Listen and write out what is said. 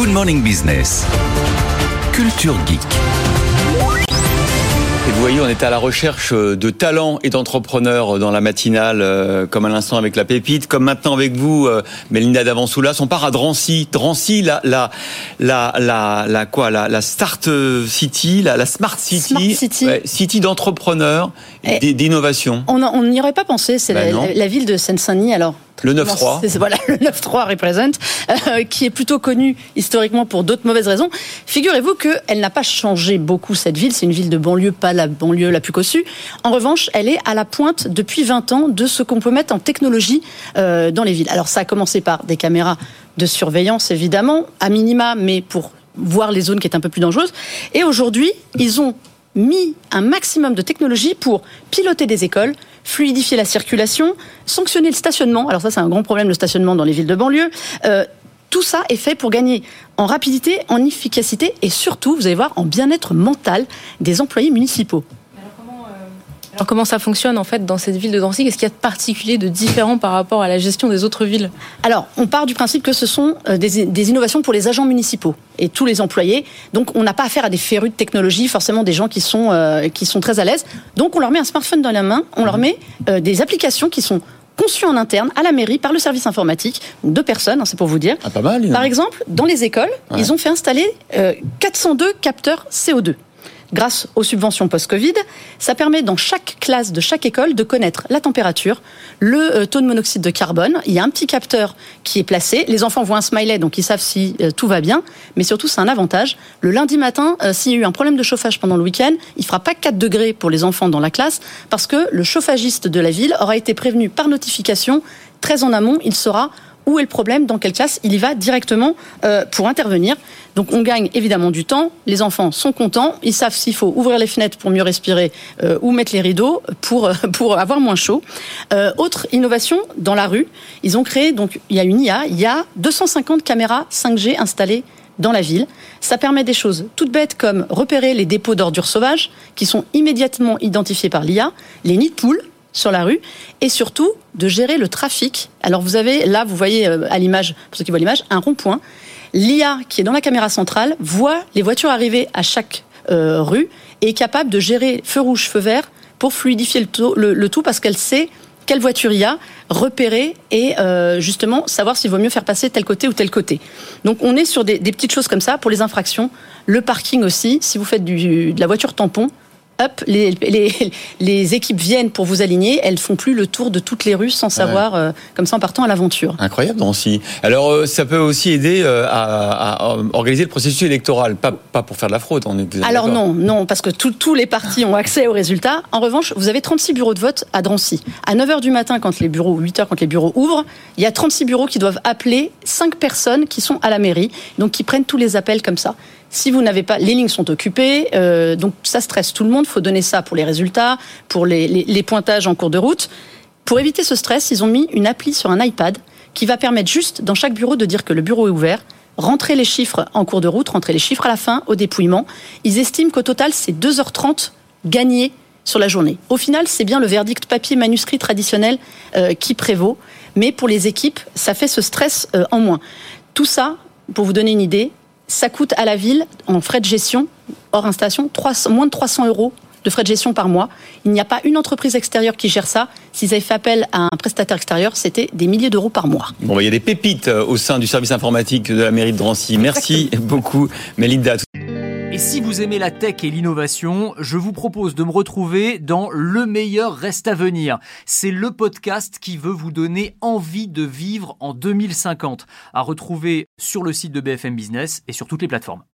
Good Morning Business. Culture Geek. Et vous voyez, on était à la recherche de talents et d'entrepreneurs dans la matinale, comme à l'instant avec la pépite, comme maintenant avec vous, Mélinda Davansoulas. On part à Drancy. Drancy, la Start City, la Smart City. Smart City. Ouais, city d'entrepreneurs, d'innovation. On n'y aurait pas pensé. C'est la ville de Seine-Saint-Denis. Alors, le 9-3. Voilà, le 9-3 represent, qui est plutôt connu historiquement pour d'autres mauvaises raisons. Figurez-vous qu'elle n'a pas changé beaucoup, cette ville. C'est une ville de banlieue, pas la banlieue la plus cossue. En revanche, elle est à la pointe depuis 20 ans de ce qu'on peut mettre en technologie dans les villes. Alors, ça a commencé par des caméras de surveillance, évidemment, à minima, mais pour voir les zones qui est un peu plus dangereuses. Et aujourd'hui, ils ont mis un maximum de technologie pour piloter des écoles, fluidifier la circulation, sanctionner le stationnement. Alors ça, c'est un grand problème, le stationnement dans les villes de banlieue. Tout ça est fait pour gagner en rapidité, en efficacité et surtout, vous allez voir, en bien-être mental des employés municipaux. Alors comment ça fonctionne en fait dans cette ville de Drancy ? Qu'est-ce qu'il y a de particulier, de différent par rapport à la gestion des autres villes ? Alors, on part du principe que ce sont des innovations pour les agents municipaux et tous les employés. Donc, on n'a pas affaire à des férus de technologie, forcément des gens qui sont très à l'aise. Donc, on leur met un smartphone dans la main, on leur met des applications qui sont conçues en interne à la mairie par le service informatique, 2 personnes, c'est pour vous dire. Ah, pas mal. Par exemple, dans les écoles, ils ont fait installer 402 capteurs CO2. Grâce aux subventions post-Covid, ça permet dans chaque classe de chaque école de connaître la température, le taux de monoxyde de carbone. Il y a un petit capteur qui est placé. Les enfants voient un smiley, donc ils savent si tout va bien. Mais surtout, c'est un avantage. Le lundi matin, s'il y a eu un problème de chauffage pendant le week-end, il ne fera pas 4 degrés pour les enfants dans la classe parce que le chauffagiste de la ville aura été prévenu par notification très en amont. Il saura où est le problème, dans quelle classe, il y va directement pour intervenir. Donc on gagne évidemment du temps, les enfants sont contents, ils savent s'il faut ouvrir les fenêtres pour mieux respirer ou mettre les rideaux pour avoir moins chaud. Autre innovation, dans la rue, ils ont créé, donc il y a une IA, il y a 250 caméras 5G installées dans la ville. Ça permet des choses toutes bêtes comme repérer les dépôts d'ordures sauvages qui sont immédiatement identifiés par l'IA, les nids de poules sur la rue, et surtout de gérer le trafic. Alors vous avez, là vous voyez à l'image, pour ceux qui voient l'image, un rond-point. L'IA qui est dans la caméra centrale voit les voitures arriver à chaque rue et est capable de gérer feu rouge, feu vert pour fluidifier le tout parce qu'elle sait quelle voiture il y a, repérer et justement savoir s'il vaut mieux faire passer tel côté ou tel côté. Donc on est sur des petites choses comme ça pour les infractions. Le parking aussi, si vous faites de la voiture tampon, hop, les équipes viennent pour vous aligner, elles font plus le tour de toutes les rues sans savoir, comme ça en partant à l'aventure. Incroyable, Drancy. Alors, ça peut aussi aider à organiser le processus électoral, pas pour faire de la fraude. On est Alors non, parce que tous les partis ont accès aux résultats. En revanche, vous avez 36 bureaux de vote à Drancy. À 9h du matin, 8h quand les bureaux ouvrent, il y a 36 bureaux qui doivent appeler 5 personnes qui sont à la mairie, donc qui prennent tous les appels comme ça. Si vous n'avez pas, les lignes sont occupées, donc ça stresse tout le monde. Il faut donner ça pour les résultats, pour les pointages en cours de route. Pour éviter ce stress, ils ont mis une appli sur un iPad qui va permettre juste dans chaque bureau de dire que le bureau est ouvert, rentrer les chiffres en cours de route, rentrer les chiffres à la fin, au dépouillement. Ils estiment qu'au total, c'est 2h30 gagnés sur la journée. Au final, c'est bien le verdict papier manuscrit traditionnel qui prévaut. Mais pour les équipes, ça fait ce stress en moins. Tout ça, pour vous donner une idée, ça coûte à la ville, en frais de gestion, hors installation, moins de 300 € de frais de gestion par mois. Il n'y a pas une entreprise extérieure qui gère ça. S'ils avaient fait appel à un prestataire extérieur, c'était des milliers d'euros par mois. Bon, il y a des pépites au sein du service informatique de la mairie de Drancy. Merci beaucoup, Mélinda. Et si vous aimez la tech et l'innovation, je vous propose de me retrouver dans Le meilleur reste à venir. C'est le podcast qui veut vous donner envie de vivre en 2050. À retrouver sur le site de BFM Business et sur toutes les plateformes.